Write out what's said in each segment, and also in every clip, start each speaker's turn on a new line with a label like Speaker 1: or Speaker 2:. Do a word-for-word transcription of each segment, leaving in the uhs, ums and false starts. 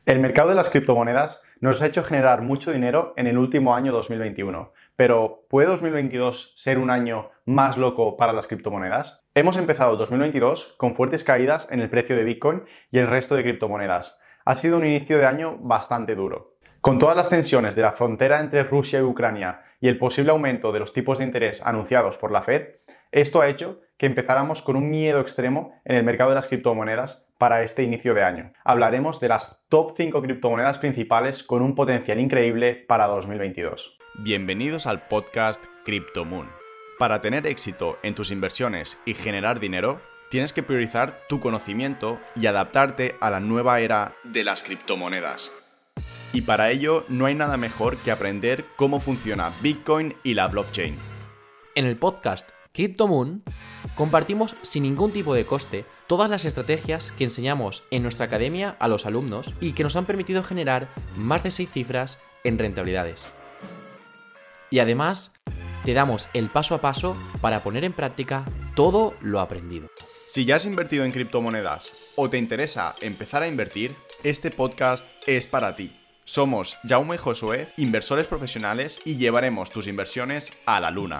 Speaker 1: El mercado de las criptomonedas nos ha hecho generar mucho dinero en el último año dos mil veintiuno, pero ¿puede dos mil veintidós ser un año más loco para las criptomonedas? Hemos empezado dos mil veintidós con fuertes caídas en el precio de Bitcoin y el resto de criptomonedas. Ha sido un inicio de año bastante duro. Con todas las tensiones de la frontera entre Rusia y Ucrania y el posible aumento de los tipos de interés anunciados por la Fed, esto ha hecho que empezáramos con un miedo extremo en el mercado de las criptomonedas para este inicio de año. Hablaremos de las top cinco criptomonedas principales con un potencial increíble para dos mil veintidós.
Speaker 2: Bienvenidos al podcast CryptoMoon. Para tener éxito en tus inversiones y generar dinero, tienes que priorizar tu conocimiento y adaptarte a la nueva era de las criptomonedas. Y para ello no hay nada mejor que aprender cómo funciona Bitcoin y la blockchain.
Speaker 3: En el podcast CryptoMoon compartimos sin ningún tipo de coste todas las estrategias que enseñamos en nuestra academia a los alumnos y que nos han permitido generar más de seis cifras en rentabilidades. Y además, te damos el paso a paso para poner en práctica todo lo aprendido.
Speaker 2: Si ya has invertido en criptomonedas o te interesa empezar a invertir, este podcast es para ti. Somos Jaume y Josué, inversores profesionales, y llevaremos tus inversiones a la luna.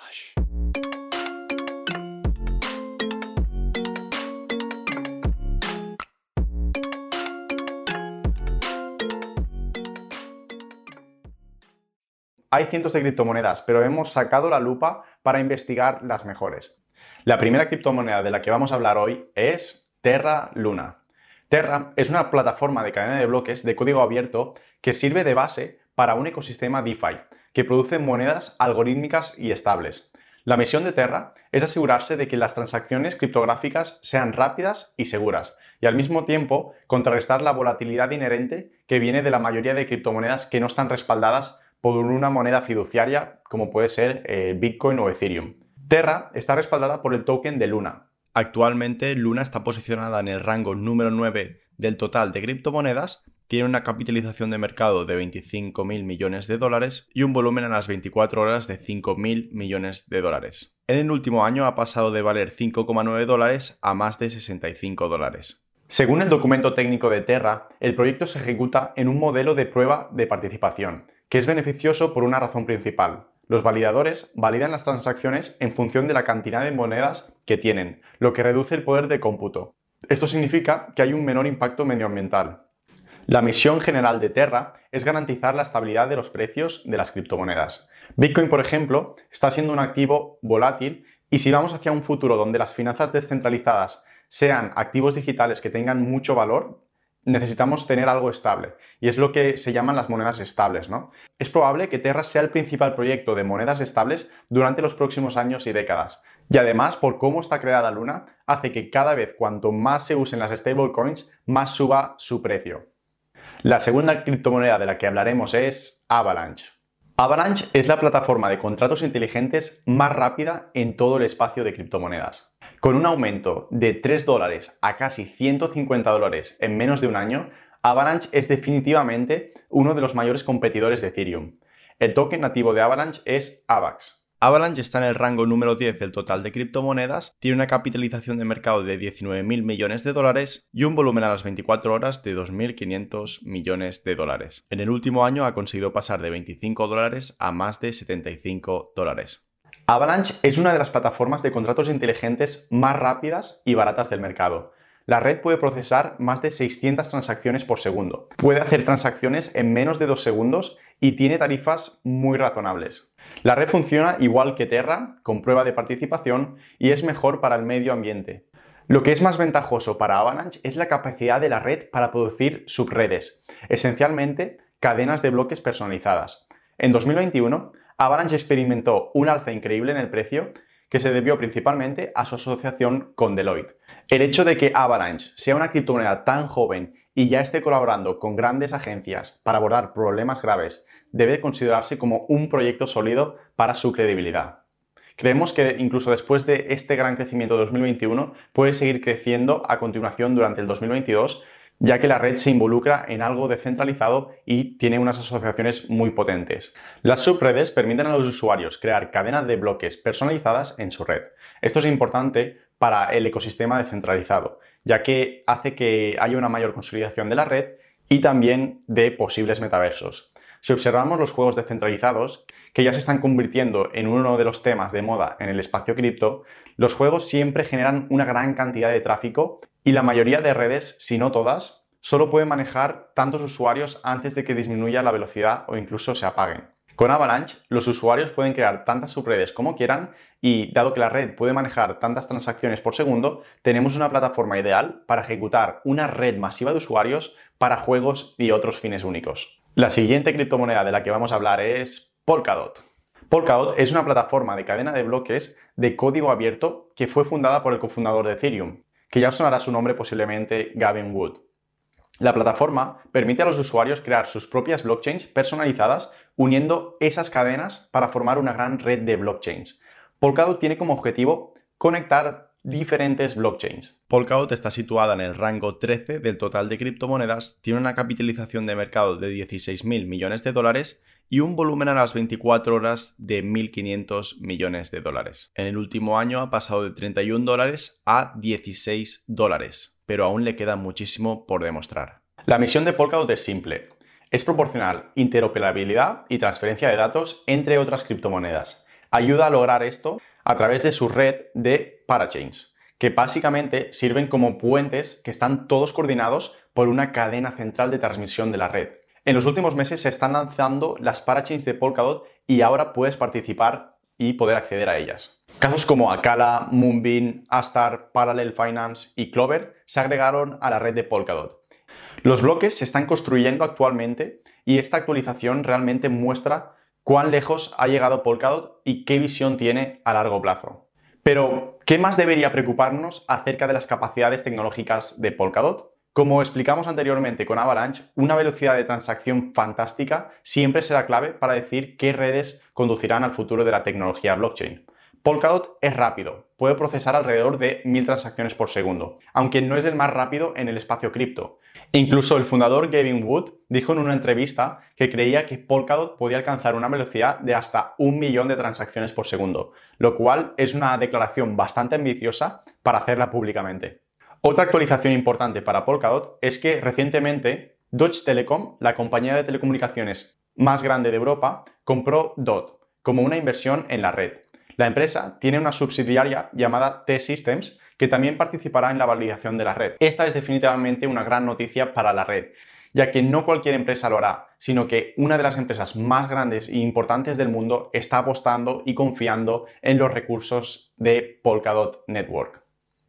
Speaker 1: Hay cientos de criptomonedas, pero hemos sacado la lupa para investigar las mejores. La primera criptomoneda de la que vamos a hablar hoy es Terra Luna. Terra es una plataforma de cadena de bloques de código abierto que sirve de base para un ecosistema DeFi que produce monedas algorítmicas y estables. La misión de Terra es asegurarse de que las transacciones criptográficas sean rápidas y seguras y al mismo tiempo contrarrestar la volatilidad inherente que viene de la mayoría de criptomonedas que no están respaldadas por una moneda fiduciaria como puede ser eh, Bitcoin o Ethereum. Terra está respaldada por el token de Luna.
Speaker 2: Actualmente, Luna está posicionada en el rango número nueve del total de criptomonedas, tiene una capitalización de mercado de veinticinco mil millones de dólares y un volumen a las veinticuatro horas de cinco mil millones de dólares. En el último año ha pasado de valer cinco coma nueve dólares a más de sesenta y cinco dólares.
Speaker 1: Según el documento técnico de Terra, el proyecto se ejecuta en un modelo de prueba de participación, que es beneficioso por una razón principal. Los validadores validan las transacciones en función de la cantidad de monedas que tienen, lo que reduce el poder de cómputo. Esto significa que hay un menor impacto medioambiental. La misión general de Terra es garantizar la estabilidad de los precios de las criptomonedas. Bitcoin, por ejemplo, está siendo un activo volátil y si vamos hacia un futuro donde las finanzas descentralizadas sean activos digitales que tengan mucho valor, necesitamos tener algo estable, y es lo que se llaman las monedas estables, ¿no? Es probable que Terra sea el principal proyecto de monedas estables durante los próximos años y décadas. Y además, por cómo está creada Luna, hace que cada vez cuanto más se usen las stablecoins, más suba su precio. La segunda criptomoneda de la que hablaremos es Avalanche. Avalanche es la plataforma de contratos inteligentes más rápida en todo el espacio de criptomonedas. Con un aumento de tres dólares a casi ciento cincuenta dólares en menos de un año, Avalanche es definitivamente uno de los mayores competidores de Ethereum. El token nativo de Avalanche es AVAX.
Speaker 2: Avalanche está en el rango número diez del total de criptomonedas, tiene una capitalización de mercado de diecinueve mil millones de dólares y un volumen a las veinticuatro horas de dos mil quinientos millones de dólares. En el último año ha conseguido pasar de veinticinco dólares a más de setenta y cinco dólares.
Speaker 1: Avalanche es una de las plataformas de contratos inteligentes más rápidas y baratas del mercado. La red puede procesar más de seiscientas transacciones por segundo. Puede hacer transacciones en menos de dos segundos y tiene tarifas muy razonables. La red funciona igual que Terra, con prueba de participación, y es mejor para el medio ambiente. Lo que es más ventajoso para Avalanche es la capacidad de la red para producir subredes, esencialmente cadenas de bloques personalizadas. En dos mil veintiuno, Avalanche experimentó un alza increíble en el precio que se debió principalmente a su asociación con Deloitte. El hecho de que Avalanche sea una criptomoneda tan joven y ya esté colaborando con grandes agencias para abordar problemas graves debe considerarse como un proyecto sólido para su credibilidad. Creemos que incluso después de este gran crecimiento de dos mil veintiuno puede seguir creciendo a continuación durante el dos mil veintidós, ya que la red se involucra en algo descentralizado y tiene unas asociaciones muy potentes. Las subredes permiten a los usuarios crear cadenas de bloques personalizadas en su red. Esto es importante para el ecosistema descentralizado, ya que hace que haya una mayor consolidación de la red y también de posibles metaversos. Si observamos los juegos descentralizados, que ya se están convirtiendo en uno de los temas de moda en el espacio cripto, los juegos siempre generan una gran cantidad de tráfico y la mayoría de redes, si no todas, solo pueden manejar tantos usuarios antes de que disminuya la velocidad o incluso se apaguen. Con Avalanche, los usuarios pueden crear tantas subredes como quieran y, dado que la red puede manejar tantas transacciones por segundo, tenemos una plataforma ideal para ejecutar una red masiva de usuarios para juegos y otros fines únicos. La siguiente criptomoneda de la que vamos a hablar es Polkadot. Polkadot es una plataforma de cadena de bloques de código abierto que fue fundada por el cofundador de Ethereum, que ya os sonará su nombre posiblemente, Gavin Wood. La plataforma permite a los usuarios crear sus propias blockchains personalizadas uniendo esas cadenas para formar una gran red de blockchains. Polkadot tiene como objetivo conectar diferentes blockchains.
Speaker 2: Polkadot está situada en el rango trece del total de criptomonedas, tiene una capitalización de mercado de dieciséis mil millones de dólares y un volumen a las veinticuatro horas de mil quinientos millones de dólares. En el último año ha pasado de treinta y un dólares a dieciséis dólares, pero aún le queda muchísimo por demostrar.
Speaker 1: La misión de Polkadot es simple. Es proporcionar interoperabilidad y transferencia de datos entre otras criptomonedas. Ayuda a lograr esto a través de su red de parachains, que básicamente sirven como puentes que están todos coordinados por una cadena central de transmisión de la red. En los últimos meses se están lanzando las parachains de Polkadot y ahora puedes participar y poder acceder a ellas. Casos como Acala, Moonbeam, Astar, Parallel Finance y Clover se agregaron a la red de Polkadot. Los bloques se están construyendo actualmente y esta actualización realmente muestra cuán lejos ha llegado Polkadot y qué visión tiene a largo plazo. Pero, ¿qué más debería preocuparnos acerca de las capacidades tecnológicas de Polkadot? Como explicamos anteriormente con Avalanche, una velocidad de transacción fantástica siempre será clave para decir qué redes conducirán al futuro de la tecnología blockchain. Polkadot es rápido, puede procesar alrededor de mil transacciones por segundo, aunque no es el más rápido en el espacio cripto. Incluso el fundador Gavin Wood dijo en una entrevista que creía que Polkadot podía alcanzar una velocidad de hasta un millón de transacciones por segundo, lo cual es una declaración bastante ambiciosa para hacerla públicamente. Otra actualización importante para Polkadot es que recientemente Deutsche Telekom, la compañía de telecomunicaciones más grande de Europa, compró D O T como una inversión en la red. La empresa tiene una subsidiaria llamada T-Systems que también participará en la validación de la red. Esta es definitivamente una gran noticia para la red, ya que no cualquier empresa lo hará, sino que una de las empresas más grandes e importantes del mundo está apostando y confiando en los recursos de Polkadot Network.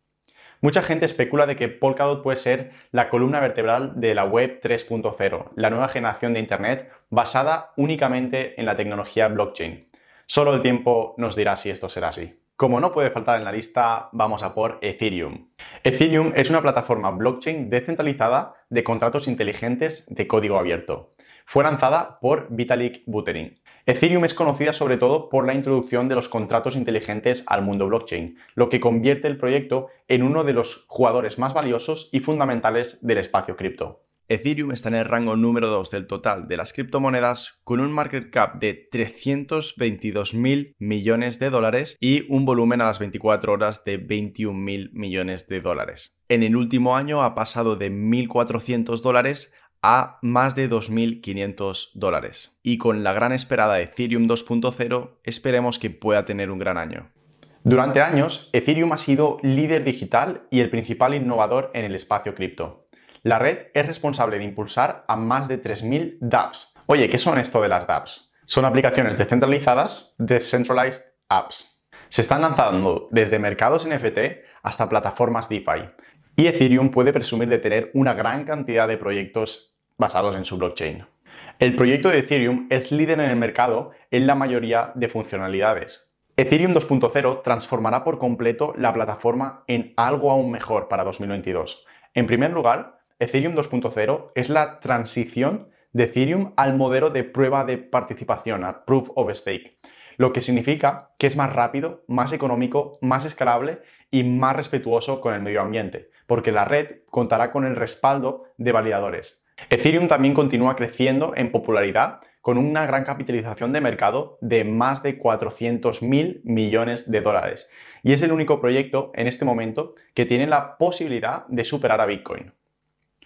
Speaker 1: Mucha gente especula de que Polkadot puede ser la columna vertebral de la web tres punto cero, la nueva generación de Internet basada únicamente en la tecnología blockchain. Solo el tiempo nos dirá si esto será así. Como no puede faltar en la lista, vamos a por Ethereum. Ethereum es una plataforma blockchain descentralizada de contratos inteligentes de código abierto. Fue lanzada por Vitalik Buterin. Ethereum es conocida sobre todo por la introducción de los contratos inteligentes al mundo blockchain, lo que convierte el proyecto en uno de los jugadores más valiosos y fundamentales del espacio cripto.
Speaker 2: Ethereum está en el rango número dos del total de las criptomonedas con un market cap de trescientos veintidós mil millones de dólares y un volumen a las veinticuatro horas de veintiún mil millones de dólares. En el último año ha pasado de mil cuatrocientos dólares a más de dos mil quinientos dólares. Y con la gran esperada Ethereum dos punto cero esperemos que pueda tener un gran año.
Speaker 1: Durante años, Ethereum ha sido líder digital y el principal innovador en el espacio cripto. La red es responsable de impulsar a más de tres mil dApps. Oye, ¿qué son esto de las dApps? Son aplicaciones descentralizadas, Decentralized Apps. Se están lanzando desde mercados N F T hasta plataformas DeFi. Y Ethereum puede presumir de tener una gran cantidad de proyectos basados en su blockchain. El proyecto de Ethereum es líder en el mercado en la mayoría de funcionalidades. Ethereum dos punto cero transformará por completo la plataforma en algo aún mejor para dos mil veintidós. En primer lugar, Ethereum dos punto cero es la transición de Ethereum al modelo de prueba de participación, a Proof of Stake, lo que significa que es más rápido, más económico, más escalable y más respetuoso con el medio ambiente, porque la red contará con el respaldo de validadores. Ethereum también continúa creciendo en popularidad con una gran capitalización de mercado de más de cuatrocientos mil millones de dólares y es el único proyecto en este momento que tiene la posibilidad de superar a Bitcoin.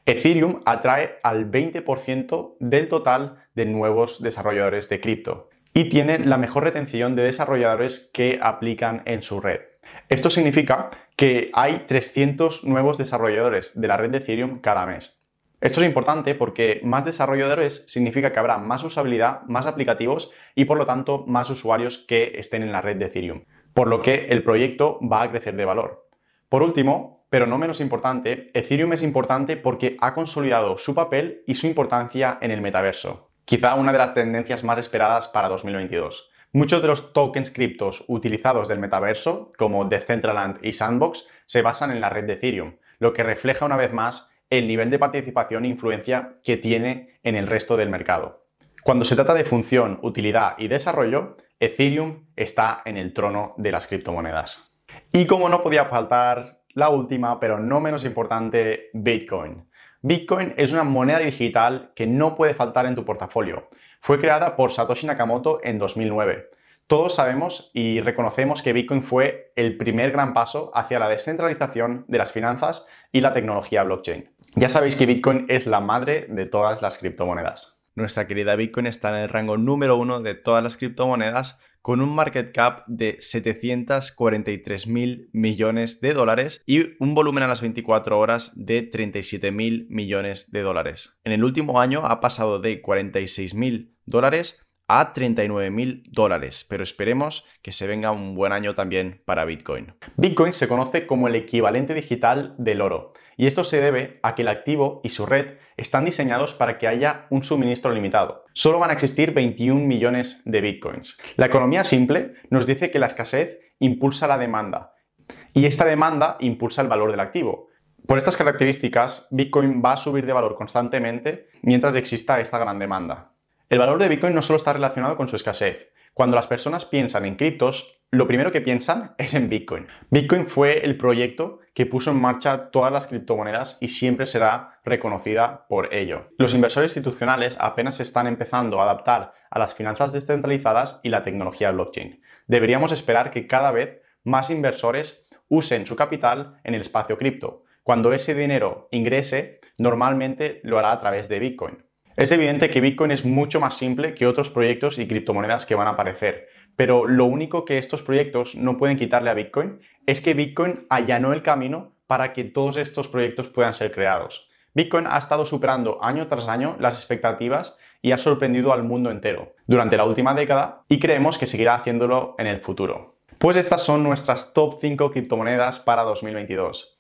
Speaker 1: Ethereum atrae al veinte por ciento del total de nuevos desarrolladores de cripto y tiene la mejor retención de desarrolladores que aplican en su red. Esto significa que hay trescientos nuevos desarrolladores de la red de Ethereum cada mes. Esto es importante porque más desarrolladores significa que habrá más usabilidad, más aplicativos y por lo tanto más usuarios que estén en la red de Ethereum, por lo que el proyecto va a crecer de valor. Por último, pero no menos importante, Ethereum es importante porque ha consolidado su papel y su importancia en el metaverso. Quizá una de las tendencias más esperadas para dos mil veintidós. Muchos de los tokens criptos utilizados del metaverso, como Decentraland y Sandbox, se basan en la red de Ethereum, lo que refleja una vez más el nivel de participación e influencia que tiene en el resto del mercado. Cuando se trata de función, utilidad y desarrollo, Ethereum está en el trono de las criptomonedas. Y como no podía faltar, la última, pero no menos importante, Bitcoin. Bitcoin es una moneda digital que no puede faltar en tu portafolio. Fue creada por Satoshi Nakamoto en dos mil nueve. Todos sabemos y reconocemos que Bitcoin fue el primer gran paso hacia la descentralización de las finanzas y la tecnología blockchain. Ya sabéis que Bitcoin es la madre de todas las criptomonedas.
Speaker 2: Nuestra querida Bitcoin está en el rango número uno de todas las criptomonedas con un market cap de setecientos cuarenta y tres mil millones de dólares y un volumen a las veinticuatro horas de treinta y siete mil millones de dólares. En el último año ha pasado de cuarenta y seis mil dólares a treinta y nueve mil dólares, pero esperemos que se venga un buen año también para Bitcoin.
Speaker 1: Bitcoin se conoce como el equivalente digital del oro, y esto se debe a que el activo y su red están diseñados para que haya un suministro limitado. Solo van a existir veintiún millones de Bitcoins. La economía simple nos dice que la escasez impulsa la demanda, y esta demanda impulsa el valor del activo. Por estas características, Bitcoin va a subir de valor constantemente mientras exista esta gran demanda. El valor de Bitcoin no solo está relacionado con su escasez. Cuando las personas piensan en criptos, lo primero que piensan es en Bitcoin. Bitcoin fue el proyecto que puso en marcha todas las criptomonedas y siempre será reconocida por ello. Los inversores institucionales apenas están empezando a adaptar a las finanzas descentralizadas y la tecnología blockchain. Deberíamos esperar que cada vez más inversores usen su capital en el espacio cripto. Cuando ese dinero ingrese, normalmente lo hará a través de Bitcoin. Es evidente que Bitcoin es mucho más simple que otros proyectos y criptomonedas que van a aparecer, pero lo único que estos proyectos no pueden quitarle a Bitcoin es que Bitcoin allanó el camino para que todos estos proyectos puedan ser creados. Bitcoin ha estado superando año tras año las expectativas y ha sorprendido al mundo entero durante la última década y creemos que seguirá haciéndolo en el futuro. Pues estas son nuestras top cinco criptomonedas para dos mil veintidós.